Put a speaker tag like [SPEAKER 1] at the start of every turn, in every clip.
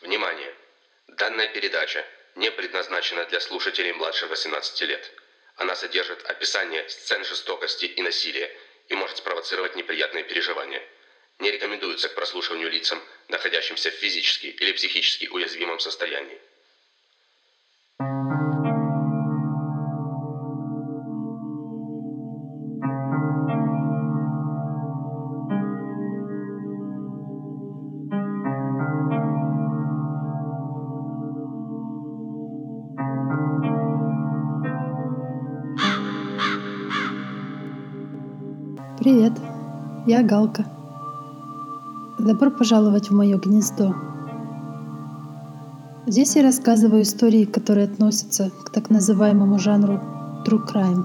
[SPEAKER 1] Внимание! Данная передача не предназначена для слушателей младше 18 лет. Она содержит описание сцен жестокости и насилия и может спровоцировать неприятные переживания. Не рекомендуется к прослушиванию лицам, находящимся в физически или психически уязвимом состоянии.
[SPEAKER 2] Привет, я Галка. Добро пожаловать в мое гнездо. Здесь я рассказываю истории, которые относятся к так называемому жанру True Crime.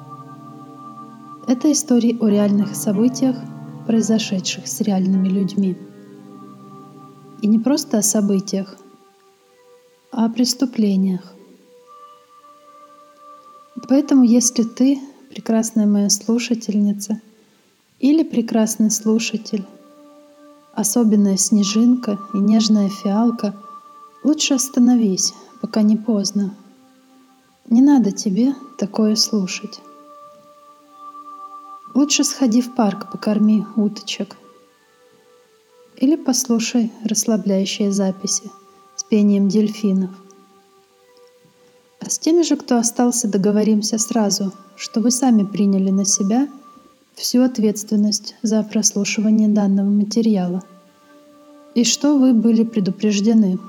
[SPEAKER 2] Это истории о реальных событиях, произошедших с реальными людьми. И не просто о событиях, а о преступлениях. Поэтому, если ты, прекрасная моя слушательница, или прекрасный слушатель, особенная снежинка и нежная фиалка, лучше остановись, пока не поздно. Не надо тебе такое слушать. Лучше сходи в парк, покорми уточек. Или послушай расслабляющие записи с пением дельфинов. А с теми же, кто остался, договоримся сразу, что вы сами приняли на себя всю ответственность за прослушивание данного материала и что вы были предупреждены.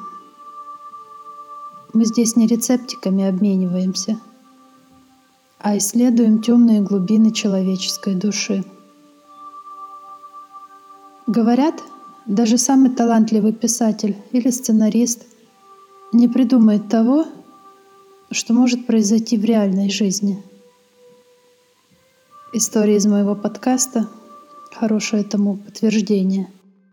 [SPEAKER 2] Мы здесь не рецептиками обмениваемся, а исследуем темные глубины человеческой души. Говорят, даже самый талантливый писатель или сценарист не придумает того, что может произойти в реальной жизни. История из моего подкаста — хорошее тому подтверждение.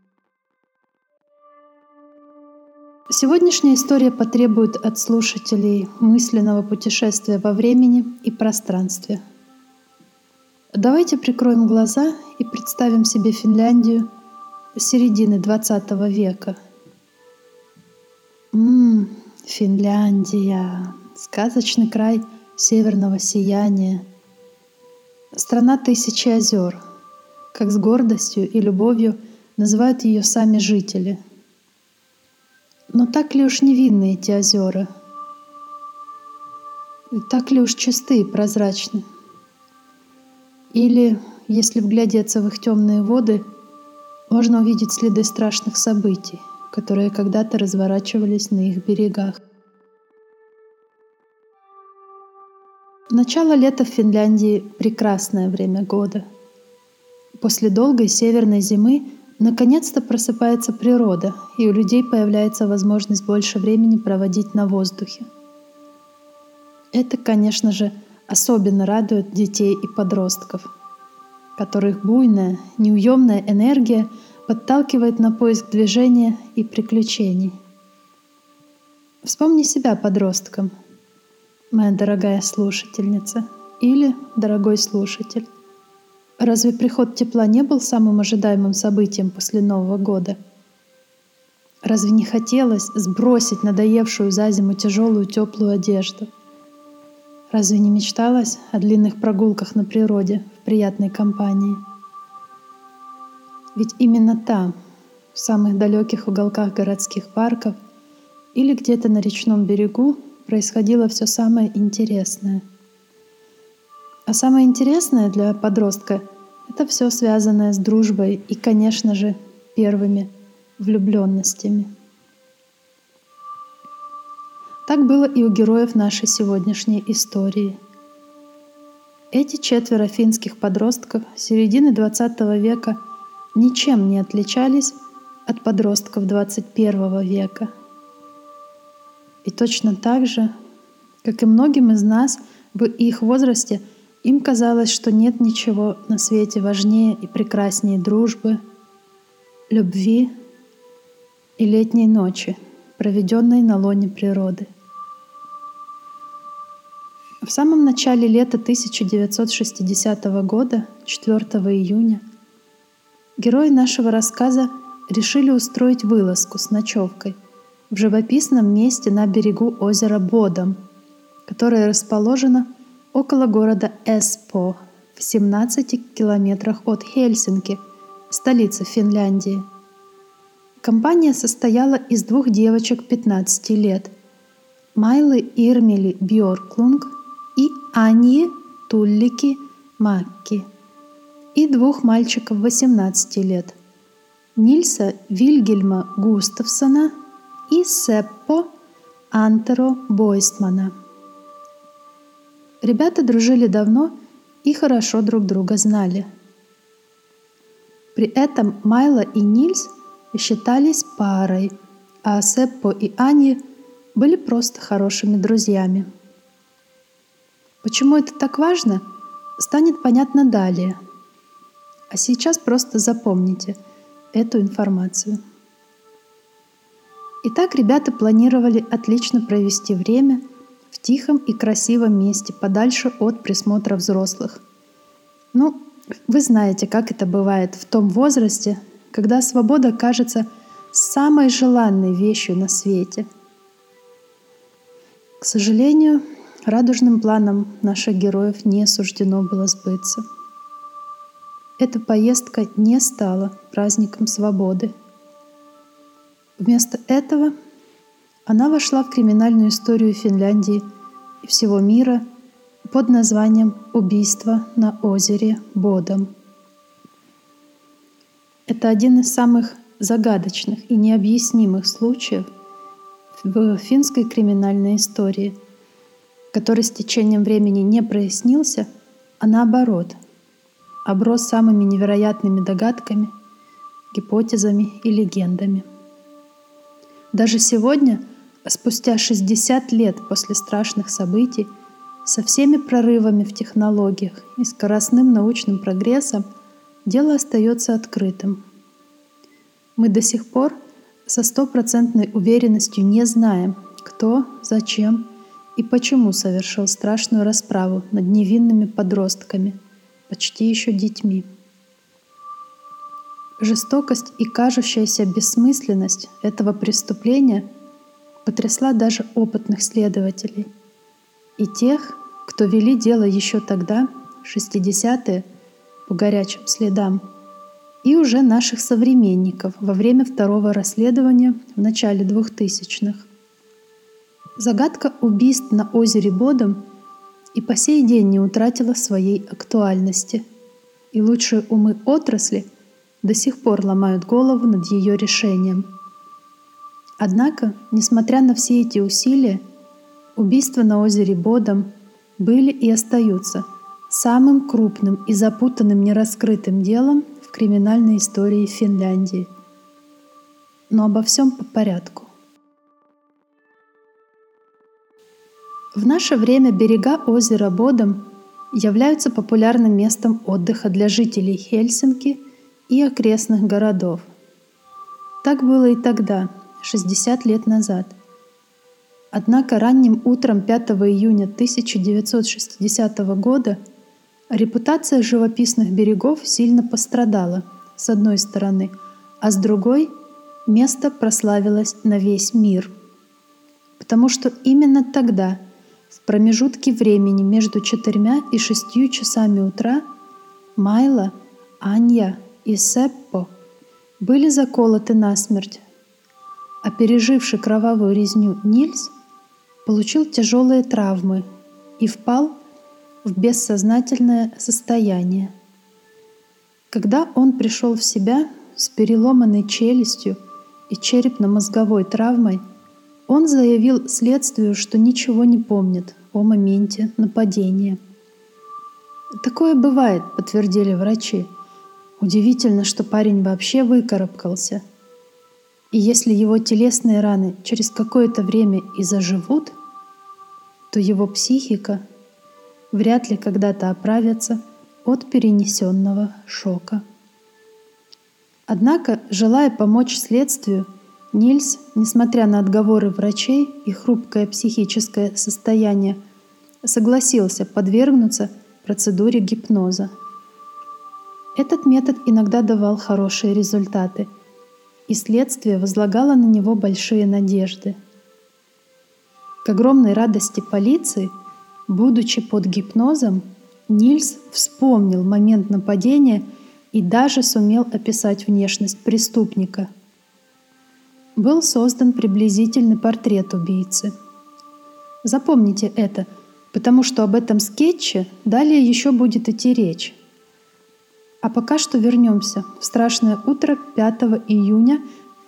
[SPEAKER 2] Сегодняшняя история потребует от слушателей мысленного путешествия во времени и пространстве. Давайте прикроем глаза и представим себе Финляндию середины XX века. Финляндия — сказочный край северного сияния. Страна тысячи озер, как с гордостью и любовью называют ее сами жители. Но так ли уж невинны эти озера? И так ли уж чисты и прозрачны? Или, если вглядеться в их темные воды, можно увидеть следы страшных событий, которые когда-то разворачивались на их берегах. Начало лета в Финляндии — прекрасное время года. После долгой северной зимы наконец-то просыпается природа, и у людей появляется возможность больше времени проводить на воздухе. Это, конечно же, особенно радует детей и подростков, которых буйная, неуемная энергия подталкивает на поиск движения и приключений. Вспомни себя подростком, моя дорогая слушательница или дорогой слушатель. Разве приход тепла не был самым ожидаемым событием после Нового года? Разве не хотелось сбросить надоевшую за зиму тяжелую теплую одежду? Разве не мечталось о длинных прогулках на природе в приятной компании? Ведь именно там, в самых далеких уголках городских парков или где-то на речном берегу, происходило все самое интересное. А самое интересное для подростка — это все связанное с дружбой и, конечно же, первыми влюбленностями. Так было и у героев нашей сегодняшней истории. Эти 4 финских подростков середины XX века ничем не отличались от подростков XXI века. И точно так же, как и многим из нас в их возрасте, им казалось, что нет ничего на свете важнее и прекраснее дружбы, любви и летней ночи, проведенной на лоне природы. В самом начале лета 1960 года, 4 июня, герои нашего рассказа решили устроить вылазку с ночевкой в живописном месте на берегу озера Бодом, которое расположено около города Эспо в 17 километрах от Хельсинки, столицы Финляндии. Компания состояла из 2 девочек 15 лет – Майлы Ирмели Бьорклунг и Аньи Туллики Макки, и 2 мальчиков 18 лет – Нильса Вильгельма Густавсона и Сеппо Антеро Бойстмана. Ребята дружили давно и хорошо друг друга знали. При этом Майла и Нильс считались парой, а Сеппо и Ани были просто хорошими друзьями. Почему это так важно, станет понятно далее. А сейчас просто запомните эту информацию. Итак, ребята планировали отлично провести время в тихом и красивом месте, подальше от присмотра взрослых. Вы знаете, как это бывает в том возрасте, когда свобода кажется самой желанной вещью на свете. К сожалению, радужным планам наших героев не суждено было сбыться. Эта поездка не стала праздником свободы. Вместо этого она вошла в криминальную историю Финляндии и всего мира под названием «Убийство на озере Бодом». Это один из самых загадочных и необъяснимых случаев в финской криминальной истории, который с течением времени не прояснился, а наоборот, оброс самыми невероятными догадками, гипотезами и легендами. Даже сегодня, спустя 60 лет после страшных событий, со всеми прорывами в технологиях и скоростным научным прогрессом, дело остается открытым. Мы до сих пор со 100% уверенностью не знаем, кто, зачем и почему совершил страшную расправу над невинными подростками, почти еще детьми. Жестокость и кажущаяся бессмысленность этого преступления потрясла даже опытных следователей и тех, кто вели дело еще тогда, в 60-е, по горячим следам, и уже наших современников во время второго расследования в начале 2000-х. Загадка убийств на озере Бодом и по сей день не утратила своей актуальности, и лучшие умы отрасли до сих пор ломают голову над ее решением. Однако, несмотря на все эти усилия, убийства на озере Бодом были и остаются самым крупным и запутанным нераскрытым делом в криминальной истории Финляндии. Но обо всем по порядку. В наше время берега озера Бодом являются популярным местом отдыха для жителей Хельсинки и окрестных городов. Так было и тогда, 60 лет назад. Однако ранним утром 5 июня 1960 года репутация живописных берегов сильно пострадала, с одной стороны, а с другой место прославилось на весь мир. Потому что именно тогда, в промежутке времени между 4 и 6 часами утра, Майла, Анья и Сеппо были заколоты насмерть, а переживший кровавую резню Нильс получил тяжелые травмы и впал в бессознательное состояние. Когда он пришел в себя с переломанной челюстью и черепно-мозговой травмой, он заявил следствию, что ничего не помнит о моменте нападения. «Такое бывает», — подтвердили врачи. Удивительно, что парень вообще выкарабкался. И если его телесные раны через какое-то время и заживут, то его психика вряд ли когда-то оправится от перенесенного шока. Однако, желая помочь следствию, Нильс, несмотря на отговоры врачей и хрупкое психическое состояние, согласился подвергнуться процедуре гипноза. Этот метод иногда давал хорошие результаты, и следствие возлагало на него большие надежды. К огромной радости полиции, будучи под гипнозом, Нильс вспомнил момент нападения и даже сумел описать внешность преступника. Был создан приблизительный портрет убийцы. Запомните это, потому что об этом скетче далее еще будет идти речь. А пока что вернемся в страшное утро 5 июня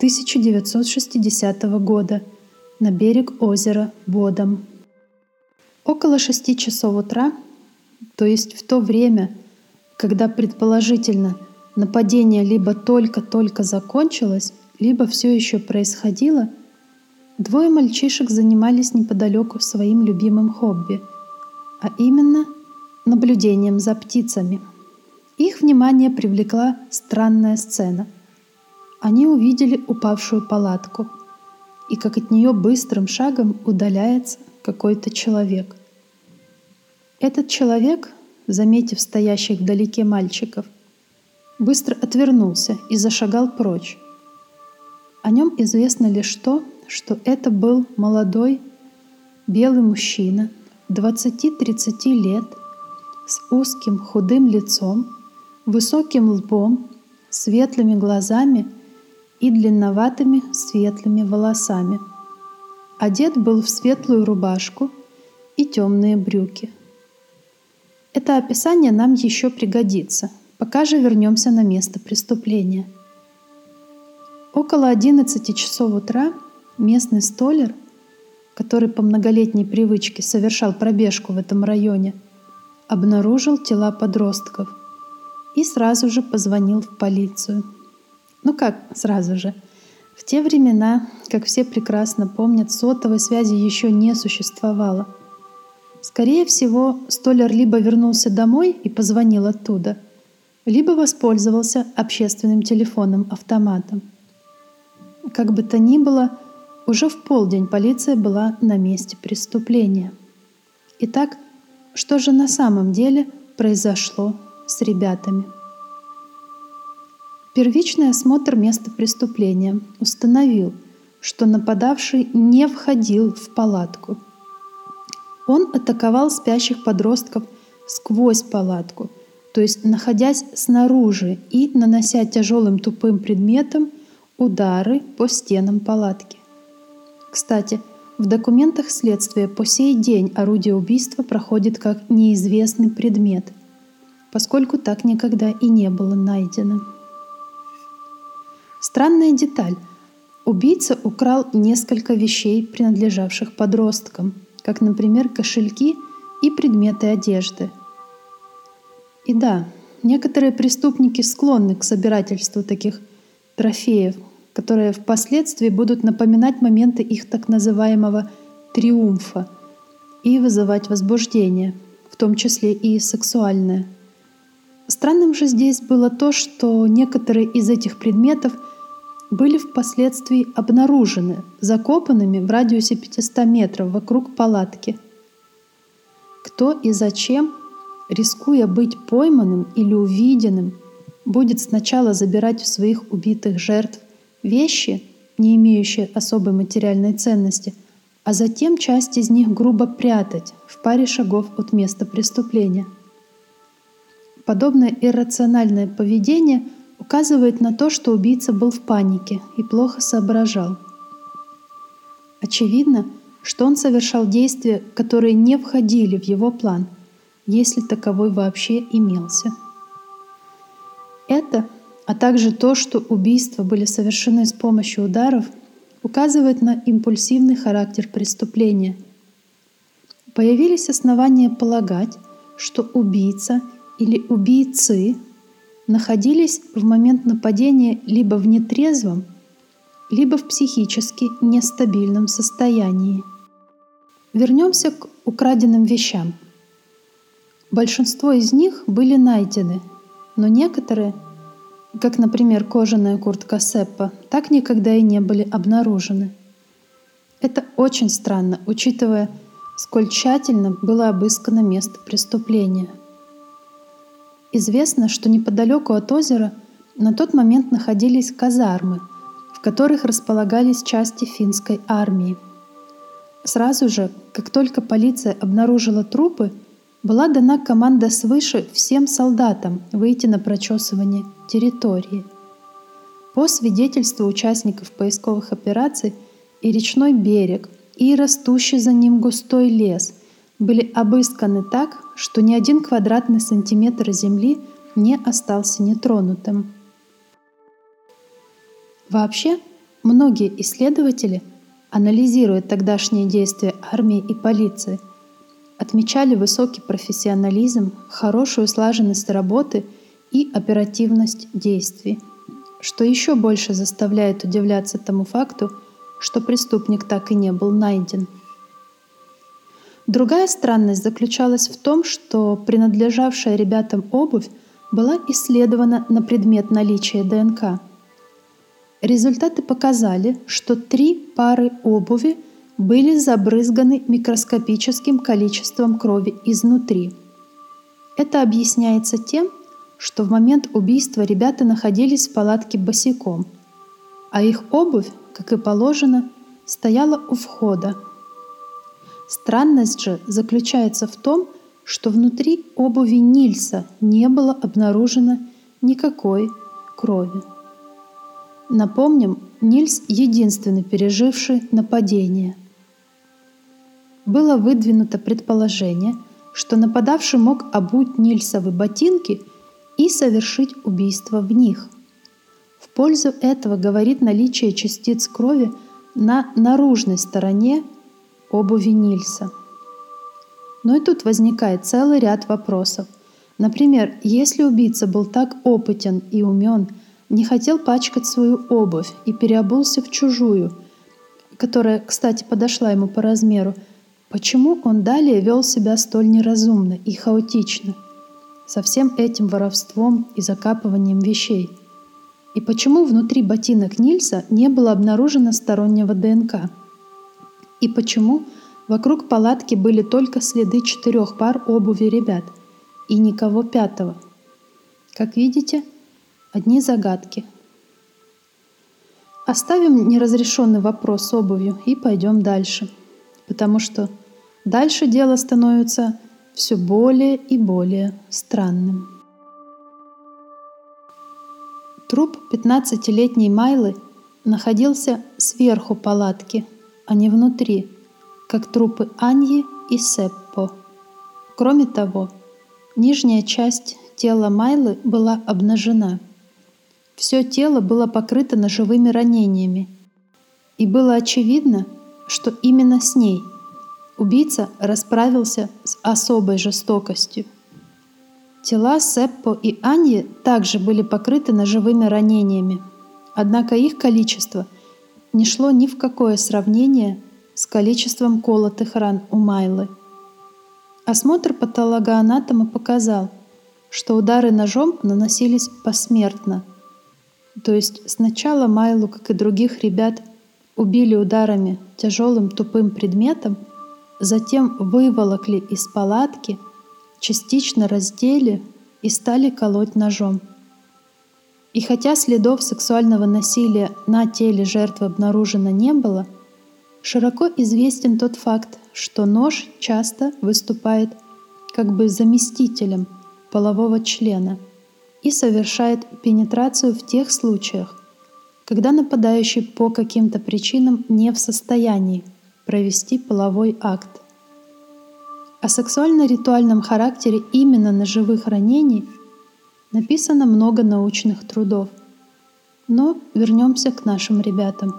[SPEAKER 2] 1960 года на берег озера Бодом. Около 6 часов утра, то есть в то время, когда предположительно нападение либо только-только закончилось, либо все еще происходило, двое мальчишек занимались неподалеку своим любимым хобби, а именно наблюдением за птицами. Их внимание привлекла странная сцена. Они увидели упавшую палатку, и как от нее быстрым шагом удаляется какой-то человек. Этот человек, заметив стоящих вдалеке мальчиков, быстро отвернулся и зашагал прочь. О нем известно лишь то, что это был молодой белый мужчина 20-30 лет с узким худым лицом, высоким лбом, светлыми глазами и длинноватыми светлыми волосами. Одет был в светлую рубашку и темные брюки. Это описание нам еще пригодится. Пока же вернемся на место преступления. Около 11 часов утра местный столер, который по многолетней привычке совершал пробежку в этом районе, обнаружил тела подростков и сразу же позвонил в полицию. Ну как сразу же? В те времена, как все прекрасно помнят, сотовой связи еще не существовало. Скорее всего, столяр либо вернулся домой и позвонил оттуда, либо воспользовался общественным телефоном-автоматом. Как бы то ни было, уже в полдень полиция была на месте преступления. Итак, что же на самом деле произошло с ребятами? Первичный осмотр места преступления установил, что нападавший не входил в палатку. Он атаковал спящих подростков сквозь палатку, то есть находясь снаружи и нанося тяжелым тупым предметом удары по стенам палатки. Кстати, в документах следствия по сей день орудие убийства проходит как неизвестный предмет, поскольку так никогда и не было найдено. Странная деталь. Убийца украл несколько вещей, принадлежавших подросткам, как, например, кошельки и предметы одежды. И да, некоторые преступники склонны к собирательству таких трофеев, которые впоследствии будут напоминать моменты их так называемого триумфа и вызывать возбуждение, в том числе и сексуальное. Странным же здесь было то, что некоторые из этих предметов были впоследствии обнаружены, закопанными в радиусе 500 метров вокруг палатки. Кто и зачем, рискуя быть пойманным или увиденным, будет сначала забирать у своих убитых жертв вещи, не имеющие особой материальной ценности, а затем часть из них грубо прятать в паре шагов от места преступления. Подобное иррациональное поведение указывает на то, что убийца был в панике и плохо соображал. Очевидно, что он совершал действия, которые не входили в его план, если таковой вообще имелся. Это, а также то, что убийства были совершены с помощью ударов, указывает на импульсивный характер преступления. Появились основания полагать, что убийца или убийцы находились в момент нападения либо в нетрезвом, либо в психически нестабильном состоянии. Вернемся к украденным вещам. Большинство из них были найдены, но некоторые, как, например, кожаная куртка Сеппа, так никогда и не были обнаружены. Это очень странно, учитывая, сколь тщательно было обыскано место преступления. Известно, что неподалеку от озера на тот момент находились казармы, в которых располагались части финской армии. Сразу же, как только полиция обнаружила трупы, была дана команда свыше всем солдатам выйти на прочесывание территории. По свидетельству участников поисковых операций, и речной берег, и растущий за ним густой лес были обысканы так, что ни один квадратный сантиметр земли не остался нетронутым. Вообще, многие исследователи, анализируя тогдашние действия армии и полиции, отмечали высокий профессионализм, хорошую слаженность работы и оперативность действий, что еще больше заставляет удивляться тому факту, что преступник так и не был найден. Другая странность заключалась в том, что принадлежавшая ребятам обувь была исследована на предмет наличия ДНК. Результаты показали, что 3 пары обуви были забрызганы микроскопическим количеством крови изнутри. Это объясняется тем, что в момент убийства ребята находились в палатке босиком, а их обувь, как и положено, стояла у входа. Странность же заключается в том, что внутри обуви Нильса не было обнаружено никакой крови. Напомним, Нильс единственный переживший нападение. Было выдвинуто предположение, что нападавший мог обуть Нильсовы ботинки и совершить убийство в них. В пользу этого говорит наличие частиц крови на наружной стороне обуви Нильса. Но и тут возникает целый ряд вопросов. Например, если убийца был так опытен и умен, не хотел пачкать свою обувь и переобулся в чужую, которая, кстати, подошла ему по размеру, почему он далее вел себя столь неразумно и хаотично, со всем этим воровством и закапыванием вещей? И почему внутри ботинок Нильса не было обнаружено стороннего ДНК? И почему вокруг палатки были только следы 4 пар обуви ребят и никого 5-го? Как видите, одни загадки. Оставим неразрешенный вопрос с обувью и пойдем дальше, потому что дальше дело становится все более и более странным. Труп 15-летней Майлы находился сверху палатки, а не внутри, как трупы Аньи и Сеппо. Кроме того, нижняя часть тела Майлы была обнажена. Все тело было покрыто ножевыми ранениями, и было очевидно, что именно с ней убийца расправился с особой жестокостью. Тела Сеппо и Аньи также были покрыты ножевыми ранениями, однако их количество не шло ни в какое сравнение с количеством колотых ран у Майлы. Осмотр патологоанатома показал, что удары ножом наносились посмертно. То есть сначала Майлу, как и других ребят, убили ударами тяжелым тупым предметом, затем выволокли из палатки, частично раздели и стали колоть ножом. И хотя следов сексуального насилия на теле жертвы обнаружено не было, широко известен тот факт, что нож часто выступает как бы заместителем полового члена и совершает пенетрацию в тех случаях, когда нападающий по каким-то причинам не в состоянии провести половой акт. О сексуально-ритуальном характере именно ножевых ранений написано много научных трудов. Но вернемся к нашим ребятам.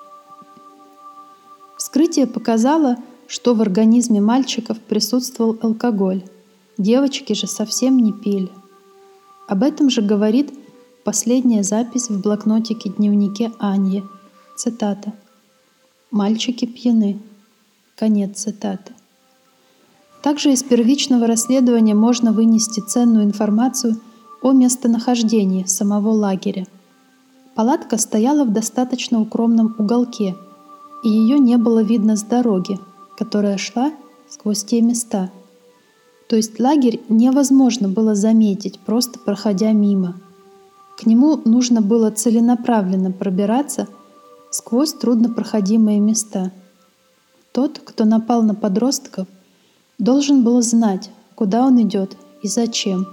[SPEAKER 2] Вскрытие показало, что в организме мальчиков присутствовал алкоголь. Девочки же совсем не пили. Об этом же говорит последняя запись в блокнотике-дневнике Аньи. Цитата. «Мальчики пьяны». Конец цитаты. Также из первичного расследования можно вынести ценную информацию о местонахождении самого лагеря. Палатка стояла в достаточно укромном уголке, и ее не было видно с дороги, которая шла сквозь те места. То есть лагерь невозможно было заметить, просто проходя мимо. К нему нужно было целенаправленно пробираться сквозь труднопроходимые места. Тот, кто напал на подростков, должен был знать, куда он идет и зачем.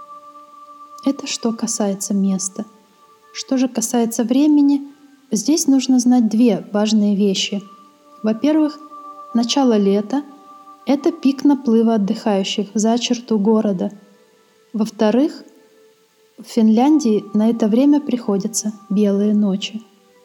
[SPEAKER 2] Это что касается места. Что же касается времени, здесь нужно знать две важные вещи. Во-первых, начало лета — это пик наплыва отдыхающих за черту города. Во-вторых, в Финляндии на это время приходятся белые ночи.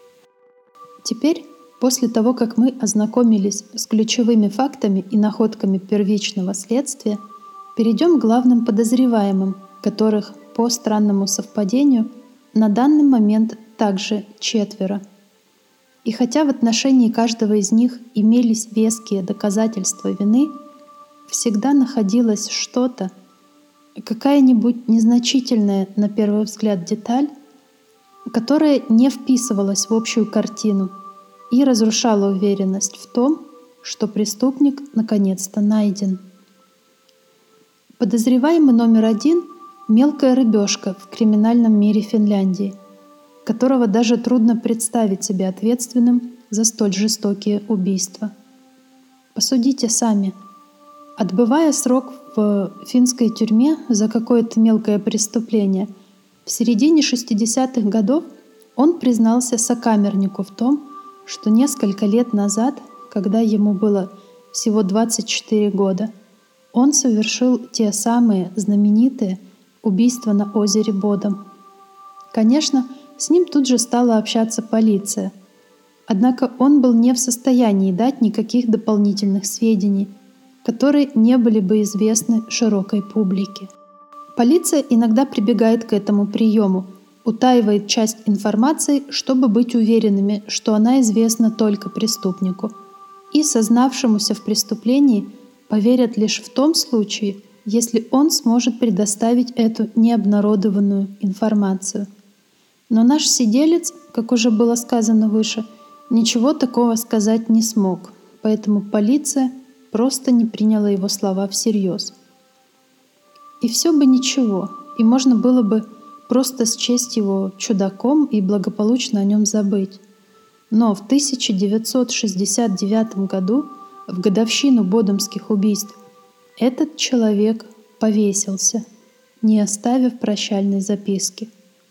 [SPEAKER 2] Теперь, после того, как мы ознакомились с ключевыми фактами и находками первичного следствия, перейдем к главным подозреваемым, которых, по странному совпадению, на данный момент также 4. И хотя в отношении каждого из них имелись веские доказательства вины, всегда находилось что-то, какая-нибудь незначительная на первый взгляд деталь, которая не вписывалась в общую картину и разрушала уверенность в том, что преступник наконец-то найден. Подозреваемый номер 1 — мелкая рыбешка в криминальном мире Финляндии, которого даже трудно представить себе ответственным за столь жестокие убийства. Посудите сами. Отбывая срок в финской тюрьме за какое-то мелкое преступление, в середине 60-х годов он признался сокамернику в том, что несколько лет назад, когда ему было всего 24 года, он совершил те самые знаменитые убийства на озере Бодом. Конечно, с ним тут же стала общаться полиция. Однако он был не в состоянии дать никаких дополнительных сведений, которые не были бы известны широкой публике. Полиция иногда прибегает к этому приему, утаивает часть информации, чтобы быть уверенными, что она известна только преступнику, и сознавшемуся в преступлении поверят лишь в том случае, если он сможет предоставить эту необнародованную информацию. Но наш сиделец, как уже было сказано выше, ничего такого сказать не смог, поэтому полиция просто не приняла его слова всерьез. И все бы ничего, и можно было бы просто счесть его чудаком и благополучно о нем забыть. Но в 1969 году, в годовщину Бодомских убийств, этот человек повесился, не оставив прощальной записки.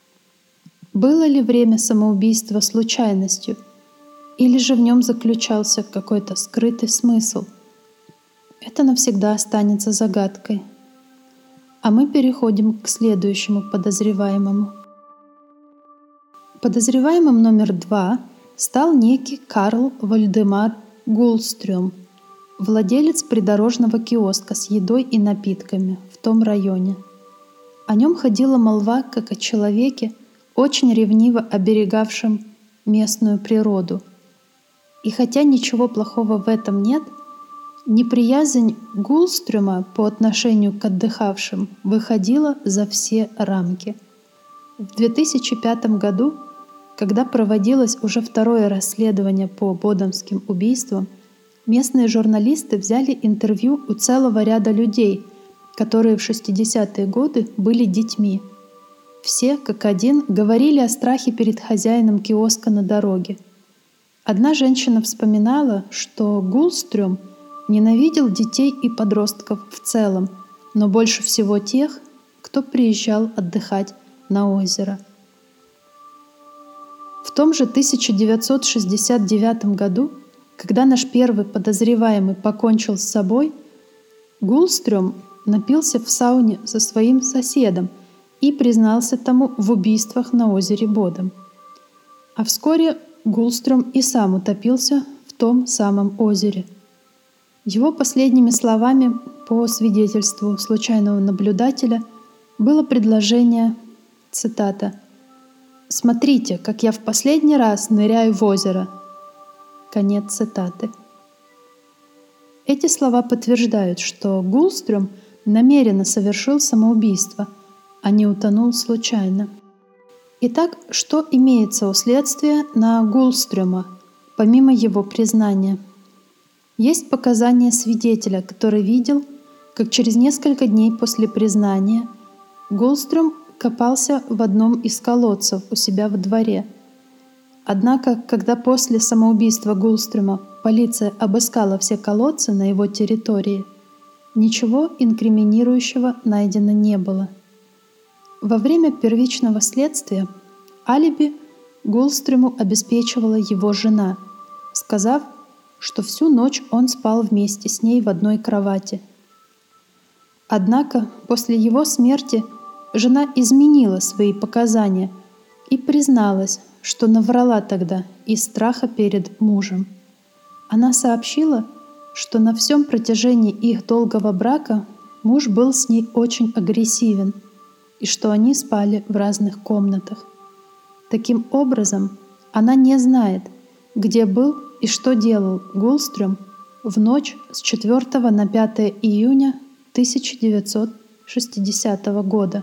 [SPEAKER 2] Было ли время самоубийства случайностью, или же в нем заключался какой-то скрытый смысл? Это навсегда останется загадкой. А мы переходим к следующему подозреваемому. Подозреваемым номер 2 стал некий Карл Вальдемар Гулстрём, владелец придорожного киоска с едой и напитками в том районе. О нем ходила молва как о человеке, очень ревниво оберегавшем местную природу. И хотя ничего плохого в этом нет, неприязнь Гулстрёма по отношению к отдыхавшим выходила за все рамки. В 2005 году, когда проводилось уже второе расследование по Бодомским убийствам, местные журналисты взяли интервью у целого ряда людей, которые в 60-е годы были детьми. Все, как один, говорили о страхе перед хозяином киоска на дороге. Одна женщина вспоминала, что Гулстрём ненавидел детей и подростков в целом, но больше всего тех, кто приезжал отдыхать на озеро. В том же 1969 году, когда наш первый подозреваемый покончил с собой, Гулстрём напился в сауне со своим соседом и признался тому в убийствах на озере Бодом. А вскоре Гулстрём и сам утопился в том самом озере. Его последними словами, по свидетельству случайного наблюдателя, было предложение, цитата, «Смотрите, как я в последний раз ныряю в озеро». Конец цитаты. Эти слова подтверждают, что Гулстрём намеренно совершил самоубийство, а не утонул случайно. Итак, что имеется у следствия на Гулстрёма, помимо его признания? Есть показания свидетеля, который видел, как через несколько дней после признания Гулстрём копался в одном из колодцев у себя во дворе. Однако, когда после самоубийства Гулстрема полиция обыскала все колодцы на его территории, ничего инкриминирующего найдено не было. Во время первичного следствия алиби Гулстрему обеспечивала его жена, сказав, что всю ночь он спал вместе с ней в одной кровати. Однако после его смерти жена изменила свои показания и призналась, что наврала тогда из страха перед мужем. Она сообщила, что на всем протяжении их долгого брака муж был с ней очень агрессивен и что они спали в разных комнатах. Таким образом, она не знает, где был и что делал Гулстрем в ночь с 4 на 5 июня 1960 года.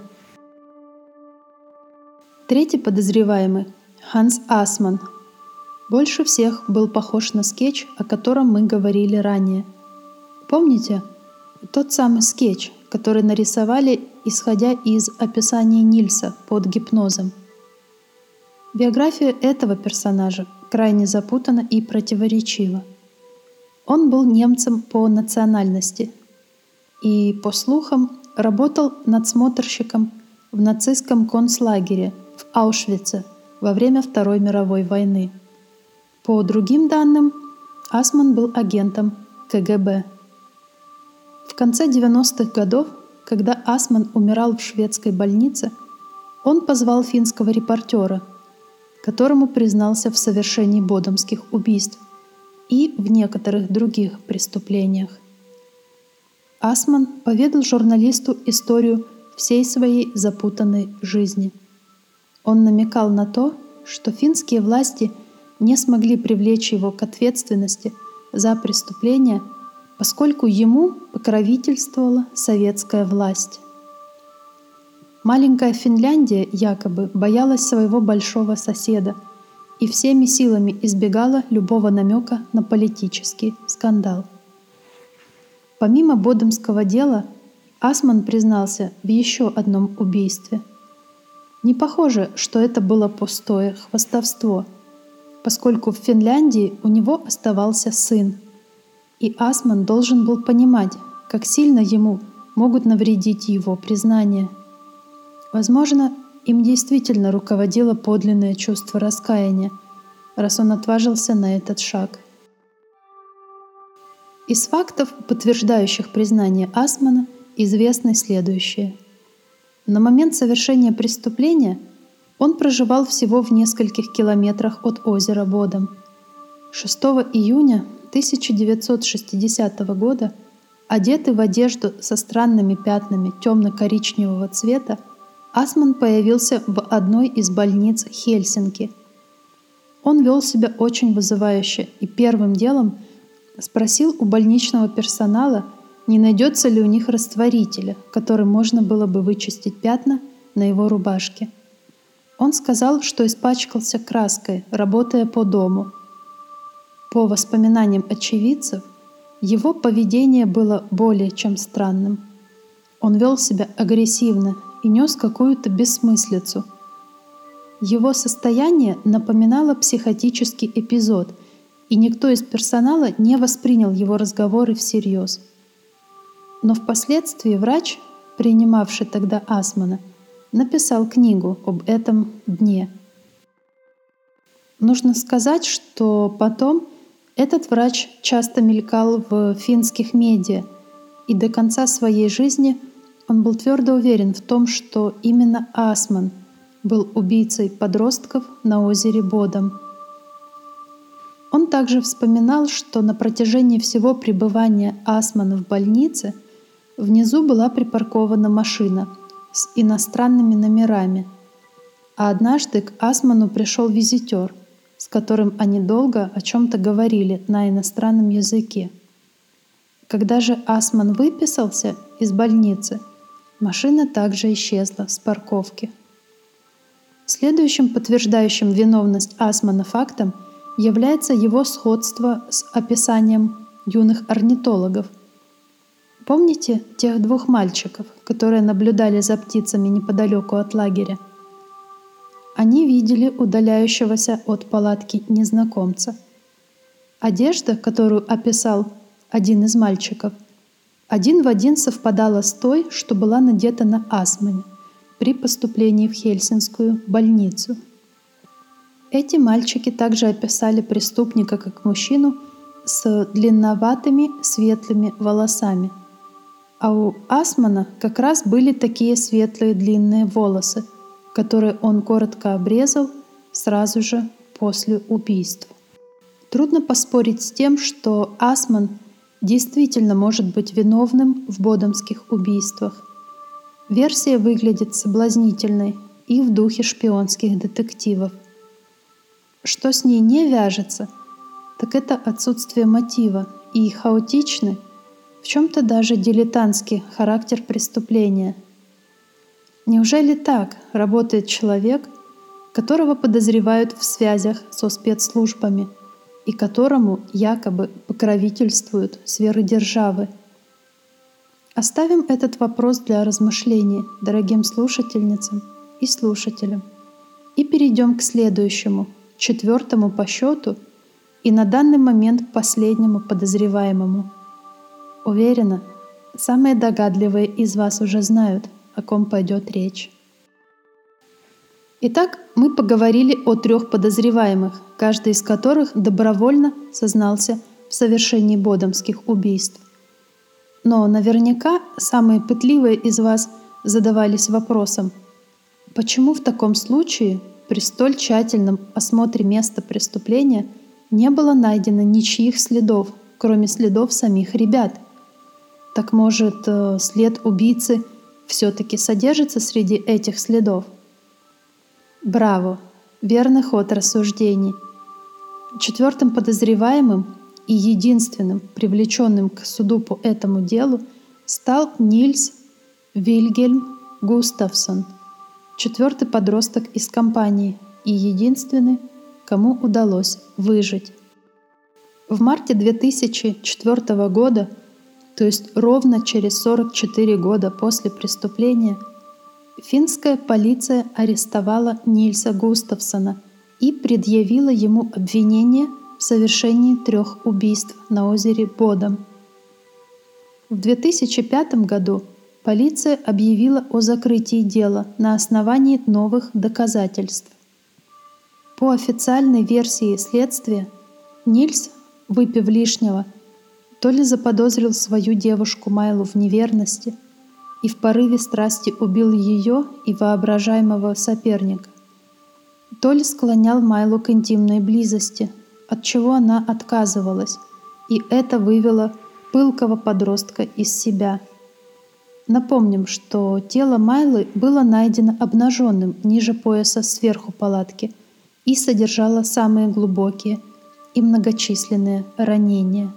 [SPEAKER 2] Третий подозреваемый, Ханс Ассман, больше всех был похож на скетч, о котором мы говорили ранее. Помните? Тот самый скетч, который нарисовали, исходя из описания Нильса под гипнозом. Биография этого персонажа крайне запутана и противоречива. Он был немцем по национальности и, по слухам, работал надсмотрщиком в нацистском концлагере в Аушвице во время Второй мировой войны. По другим данным, Ассман был агентом КГБ. В конце 90-х годов, когда Ассман умирал в шведской больнице, он позвал финского репортера, которому признался в совершении бодомских убийств и в некоторых других преступлениях. Ассман поведал журналисту историю всей своей запутанной жизни. Он намекал на то, что финские власти не смогли привлечь его к ответственности за преступления, поскольку ему покровительствовала советская власть. Маленькая Финляндия якобы боялась своего большого соседа и всеми силами избегала любого намека на политический скандал. Помимо бодомского дела, Ассман признался в еще одном убийстве. Не похоже, что это было пустое хвастовство, поскольку в Финляндии у него оставался сын, и Ассман должен был понимать, как сильно ему могут навредить его признания. Возможно, им действительно руководило подлинное чувство раскаяния, раз он отважился на этот шаг. Из фактов, подтверждающих признание Ассмана, известно следующее. На момент совершения преступления он проживал всего в нескольких километрах от озера Бодом. 6 июня 1960 года, одетый в одежду со странными пятнами темно-коричневого цвета, Ассман появился в одной из больниц Хельсинки. Он вел себя очень вызывающе и первым делом спросил у больничного персонала, не найдется ли у них растворителя, которым можно было бы вычистить пятна на его рубашке. Он сказал, что испачкался краской, работая по дому. По воспоминаниям очевидцев, его поведение было более чем странным. Он вел себя агрессивно и нес какую-то бессмыслицу. Его состояние напоминало психотический эпизод, и никто из персонала не воспринял его разговоры всерьез. Но впоследствии врач, принимавший тогда Ассмана, написал книгу об этом дне. Нужно сказать, что потом этот врач часто мелькал в финских медиа, и до конца своей жизни он был твердо уверен в том, что именно Ассман был убийцей подростков на озере Бодом. Он также вспоминал, что на протяжении всего пребывания Ассмана в больнице внизу была припаркована машина с иностранными номерами, а однажды к Ассману пришел визитер, с которым они долго о чем-то говорили на иностранном языке. Когда же Ассман выписался из больницы, машина также исчезла с парковки. Следующим подтверждающим виновность Ассмана фактом является его сходство с описанием юных орнитологов. Помните тех двух мальчиков, которые наблюдали за птицами неподалеку от лагеря? Они видели удаляющегося от палатки незнакомца. Одежда, которую описал один из мальчиков, один в один совпадала с той, что была надета на Асмане при поступлении в Хельсинскую больницу. Эти мальчики также описали преступника как мужчину с длинноватыми светлыми волосами. А у Асмана как раз были такие светлые длинные волосы, которые он коротко обрезал сразу же после убийства. Трудно поспорить с тем, что Асман действительно может быть виновным в бодомских убийствах. Версия выглядит соблазнительной и в духе шпионских детективов. Что с ней не вяжется, так это отсутствие мотива и хаотичный, в чем-то даже дилетантский характер преступления. Неужели так работает человек, которого подозревают в связях со спецслужбами и которому якобы покровительствуют сверхдержавы? Оставим этот вопрос для размышлений дорогим слушательницам и слушателям и перейдем к следующему, 4-му по счету и на данный момент последнему подозреваемому. Уверена, самые догадливые из вас уже знают, о ком пойдет речь. Итак, мы поговорили о 3 подозреваемых, каждый из которых добровольно сознался в совершении бодомских убийств. Но наверняка самые пытливые из вас задавались вопросом, почему в таком случае при столь тщательном осмотре места преступления не было найдено ничьих следов, кроме следов самих ребят? Так может, след убийцы все-таки содержится среди этих следов? Браво! Верный ход рассуждений. 4-м подозреваемым и единственным привлеченным к суду по этому делу стал Нильс Вильгельм Густавсон, 4-й подросток из компании и единственный, кому удалось выжить. В марте 2004 года, то есть ровно через 44 года после преступления, финская полиция арестовала Нильса Густавсона и предъявила ему обвинение в совершении 3 убийств на озере Бодом. В 2005 году полиция объявила о закрытии дела на основании новых доказательств. По официальной версии следствия, Нильс, выпив лишнего, то ли заподозрил свою девушку Майлу в неверности и в порыве страсти убил ее и воображаемого соперника, то ли склонял Майлу к интимной близости, от чего она отказывалась, и это вывело пылкого подростка из себя. Напомним, что тело Майлы было найдено обнаженным ниже пояса сверху палатки и содержало самые глубокие и многочисленные ранения.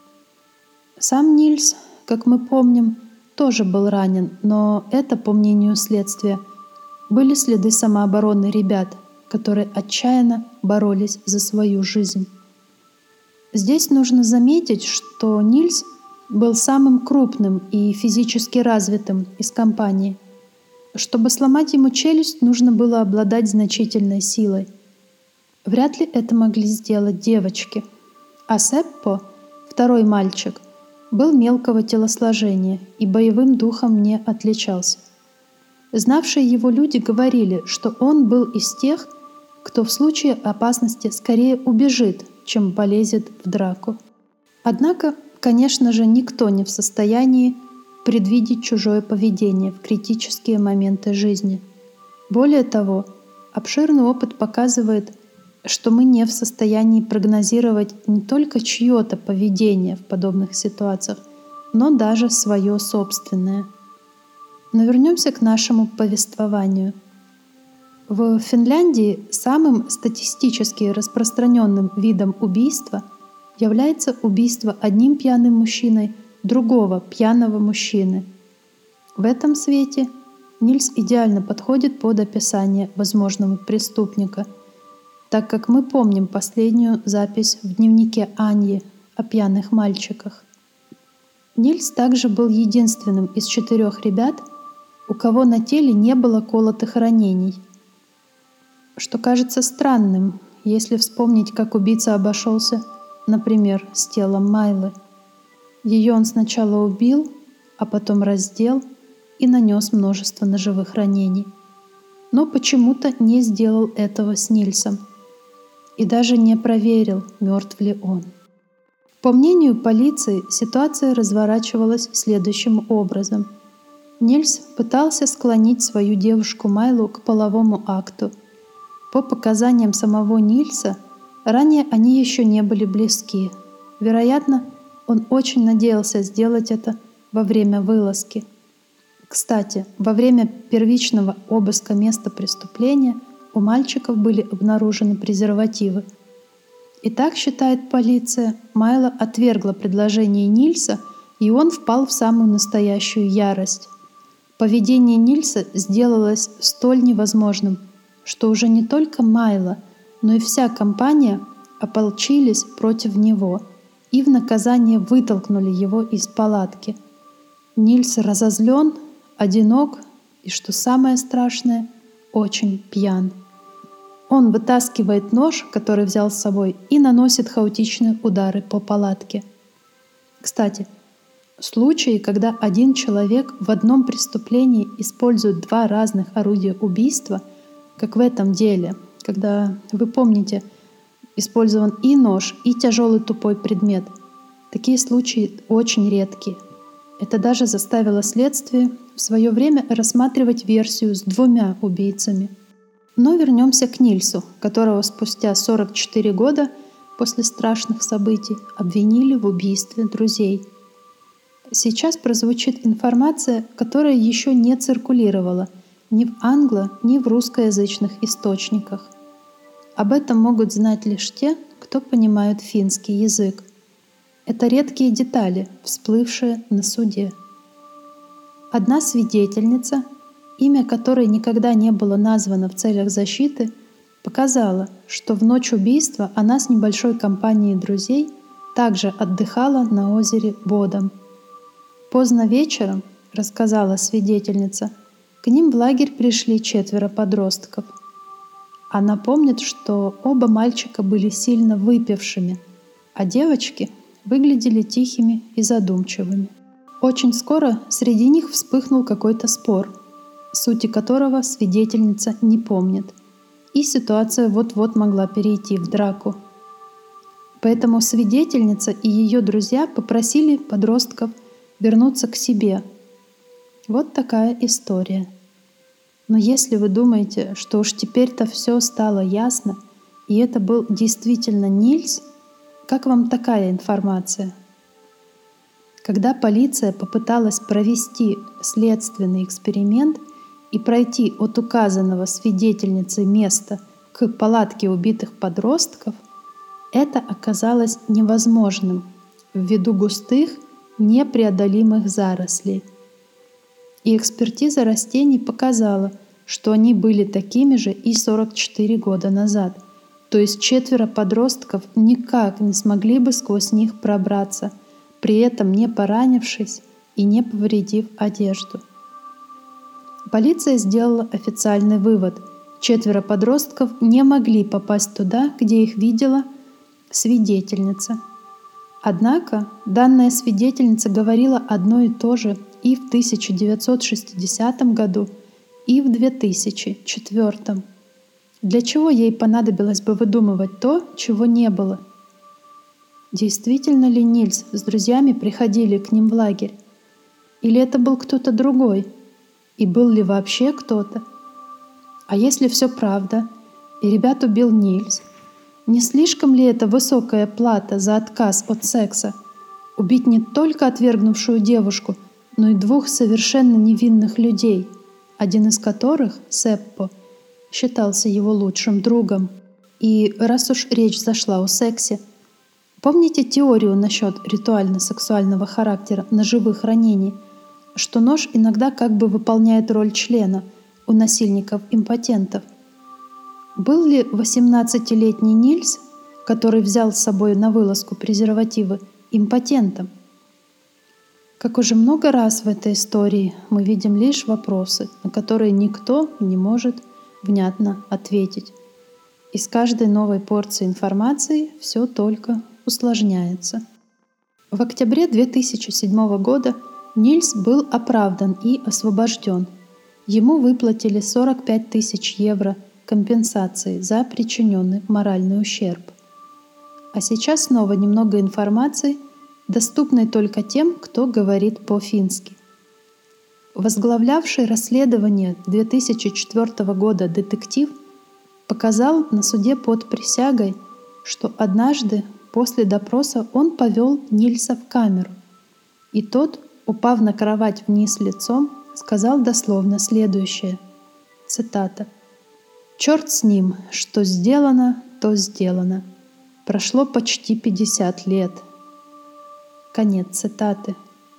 [SPEAKER 2] Сам Нильс, как мы помним, тоже был ранен, но это, по мнению следствия, были следы самообороны ребят, которые отчаянно боролись за свою жизнь. Здесь нужно заметить, что Нильс был самым крупным и физически развитым из компании. Чтобы сломать ему челюсть, нужно было обладать значительной силой. Вряд ли это могли сделать девочки. А Сеппо, 2-й мальчик, был мелкого телосложения и боевым духом не отличался. Знавшие его люди говорили, что он был из тех, кто в случае опасности скорее убежит, чем полезет в драку. Однако, конечно же, никто не в состоянии предвидеть чужое поведение в критические моменты жизни. Более того, обширный опыт показывает, что мы не в состоянии прогнозировать не только чье-то поведение в подобных ситуациях, но даже свое собственное. Но вернемся к нашему повествованию. В Финляндии самым статистически распространенным видом убийства является убийство одним пьяным мужчиной другого пьяного мужчины. В этом свете Нильс идеально подходит под описание возможного преступника, так как мы помним последнюю запись в дневнике Аньи о пьяных мальчиках. Нильс также был единственным из 4 ребят, у кого на теле не было колотых ранений. что кажется странным, если вспомнить, как убийца обошелся, например, с телом Майлы. Ее он сначала убил, а потом раздел и нанес множество ножевых ранений. Но почему-то не сделал этого с Нильсом и даже не проверил, мертв ли он. По мнению полиции, ситуация разворачивалась следующим образом. Нильс пытался склонить свою девушку Майлу к половому акту. По показаниям самого Нильса, ранее они еще не были близки. Вероятно, он очень надеялся сделать это во время вылазки. Кстати, во время первичного обыска места преступления у мальчиков были обнаружены презервативы. И так, считает полиция, Майла отвергла предложение Нильса, и он впал в самую настоящую ярость. Поведение Нильса сделалось столь невозможным, что уже не только Майла, но и вся компания ополчились против него и в наказание вытолкнули его из палатки. Нильс разозлен, одинок и, что самое страшное, очень пьян. Он вытаскивает нож, который взял с собой, и наносит хаотичные удары по палатке. Кстати, случаи, когда один человек в одном преступлении использует два разных орудия убийства, как в этом деле, когда, вы помните, использован и нож, и тяжелый тупой предмет, такие случаи очень редкие. Это даже заставило следствие в свое время рассматривать версию с двумя убийцами. Но вернемся к Нильсу, которого спустя 44 года после страшных событий обвинили в убийстве друзей. Сейчас прозвучит информация, которая еще не циркулировала ни в англо-, ни в русскоязычных источниках. Об этом могут знать лишь те, кто понимают финский язык. Это редкие детали, всплывшие на суде. Одна свидетельница, имя которой никогда не было названо в целях защиты, показала, что в ночь убийства она с небольшой компанией друзей также отдыхала на озере Бодом. Поздно вечером, рассказала свидетельница, к ним в лагерь пришли 4 подростков. Она помнит, что оба мальчика были сильно выпившими, а девочки выглядели тихими и задумчивыми. Очень скоро среди них вспыхнул какой-то спор, сути которого свидетельница не помнит, и ситуация вот-вот могла перейти в драку. Поэтому свидетельница и ее друзья попросили подростков вернуться к себе. Вот такая история. Но если вы думаете, что уж теперь-то все стало ясно, и это был действительно Нильс, как вам такая информация? Когда полиция попыталась провести следственный эксперимент и пройти от указанного свидетельницей места к палатке убитых подростков, это оказалось невозможным ввиду густых, непреодолимых зарослей. И экспертиза растений показала, что они были такими же и 44 года назад. То есть 4 подростков никак не смогли бы сквозь них пробраться, при этом не поранившись и не повредив одежду. Полиция сделала официальный вывод. 4 подростков не могли попасть туда, где их видела свидетельница. Однако данная свидетельница говорила одно и то же и в 1960 году, и в 2004. Для чего ей понадобилось бы выдумывать то, чего не было? Действительно ли Нильс с друзьями приходили к ним в лагерь? Или это был кто-то другой? И был ли вообще кто-то? А если все правда, и ребят убил Нильс, не слишком ли это высокая плата за отказ от секса? Убить не только отвергнувшую девушку, но и 2 совершенно невинных людей, один из которых, Сеппо, считался его лучшим другом. И раз уж речь зашла о сексе, помните теорию насчет ритуально-сексуального характера ножевых ранений, что нож иногда как бы выполняет роль члена у насильников-импотентов? Был ли 18-летний Нильс, который взял с собой на вылазку презервативы, импотентом? Как уже много раз в этой истории мы видим лишь вопросы, на которые никто не может внятно ответить. И с каждой новой порцией информации все только усложняется. В октябре 2007 года Нильс был оправдан и освобожден. Ему выплатили 45 тысяч евро компенсации за причиненный моральный ущерб. А сейчас снова немного информации, доступной только тем, кто говорит по-фински. Возглавлявший расследование 2004 года детектив показал на суде под присягой, что однажды после допроса он повел Нильса в камеру, и тот, упав на кровать вниз лицом, сказал дословно следующее, цитата: «Черт с ним, что сделано, то сделано. Прошло почти 50 лет». Конец цитаты.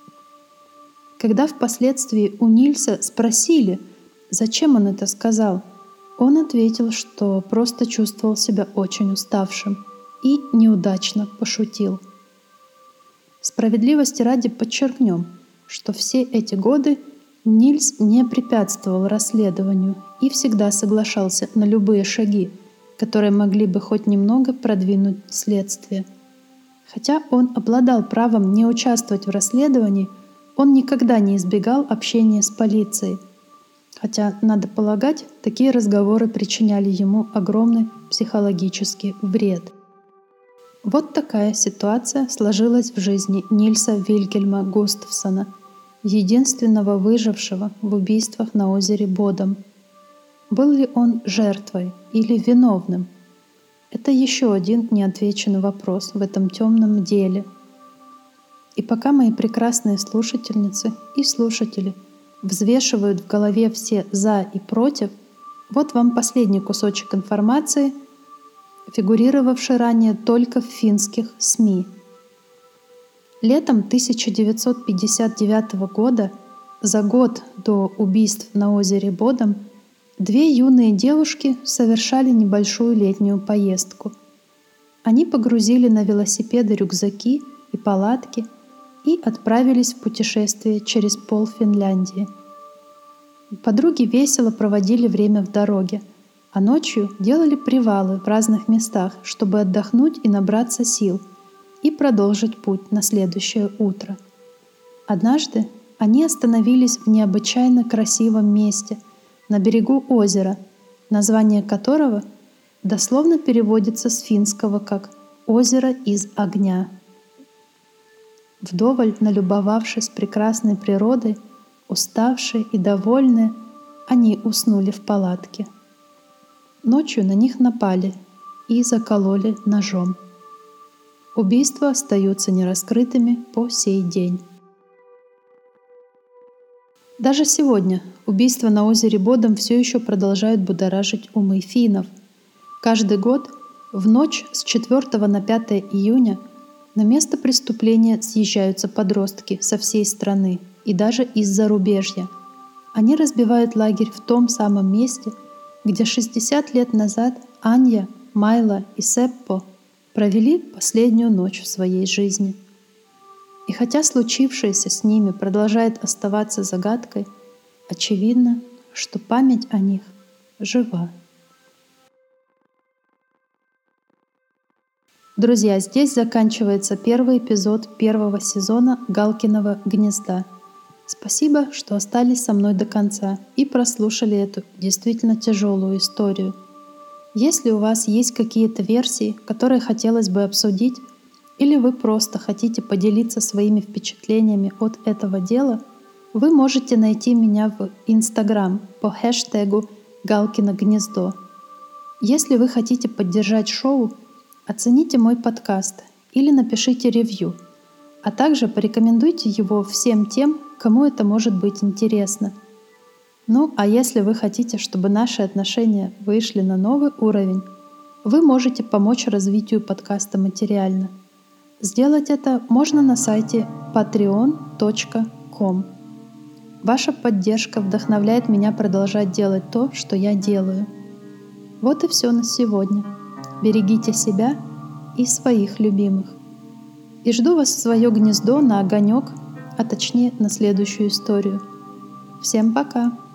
[SPEAKER 2] Когда впоследствии у Нильса спросили, зачем он это сказал, он ответил, что просто чувствовал себя очень уставшим и неудачно пошутил. Справедливости ради подчеркнем, что все эти годы Нильс не препятствовал расследованию и всегда соглашался на любые шаги, которые могли бы хоть немного продвинуть следствие. Хотя он обладал правом не участвовать в расследовании, он никогда не избегал общения с полицией. Хотя, надо полагать, такие разговоры причиняли ему огромный психологический вред. Вот такая ситуация сложилась в жизни Нильса Вильгельма Густавсона, единственного выжившего в убийствах на озере Бодом. Был ли он жертвой или виновным? Это еще один неотвеченный вопрос в этом темном деле. И пока мои прекрасные слушательницы и слушатели взвешивают в голове все «за» и «против», вот вам последний кусочек информации, фигурировавший ранее только в финских СМИ. Летом 1959 года, за год до убийств на озере Бодом, две юные девушки совершали небольшую летнюю поездку. Они погрузили на велосипеды рюкзаки и палатки и отправились в путешествие через пол Финляндии. Подруги весело проводили время в дороге, а ночью делали привалы в разных местах, чтобы отдохнуть и набраться сил, и продолжить путь на следующее утро. Однажды они остановились в необычайно красивом месте на берегу озера, название которого дословно переводится с финского как «озеро из огня». Вдоволь налюбовавшись прекрасной природой, уставшие и довольные, они уснули в палатке. Ночью на них напали и закололи ножом. Убийства остаются нераскрытыми по сей день. Даже сегодня убийства на озере Бодом все еще продолжают будоражить умы финнов. Каждый год в ночь с 4 на 5 июня на место преступления съезжаются подростки со всей страны и даже из зарубежья. Они разбивают лагерь в том самом месте, где 60 лет назад Анья, Майла и Сеппо провели последнюю ночь в своей жизни. И хотя случившееся с ними продолжает оставаться загадкой, очевидно, что память о них жива. Друзья, здесь заканчивается первый эпизод первого сезона «Галкиного гнезда». Спасибо, что остались со мной до конца и прослушали эту действительно тяжелую историю. Если у вас есть какие-то версии, которые хотелось бы обсудить, или вы просто хотите поделиться своими впечатлениями от этого дела, вы можете найти меня в Instagram по хэштегу «Галкино гнездо». Если вы хотите поддержать шоу, оцените мой подкаст или напишите ревью, а также порекомендуйте его всем тем, кому это может быть интересно. Ну, а если вы хотите, чтобы наши отношения вышли на новый уровень, вы можете помочь развитию подкаста материально. Сделать это можно на сайте patreon.com. Ваша поддержка вдохновляет меня продолжать делать то, что я делаю. Вот и все на сегодня. Берегите себя и своих любимых. И жду вас в свое гнездо на огонек, а точнее на следующую историю. Всем пока!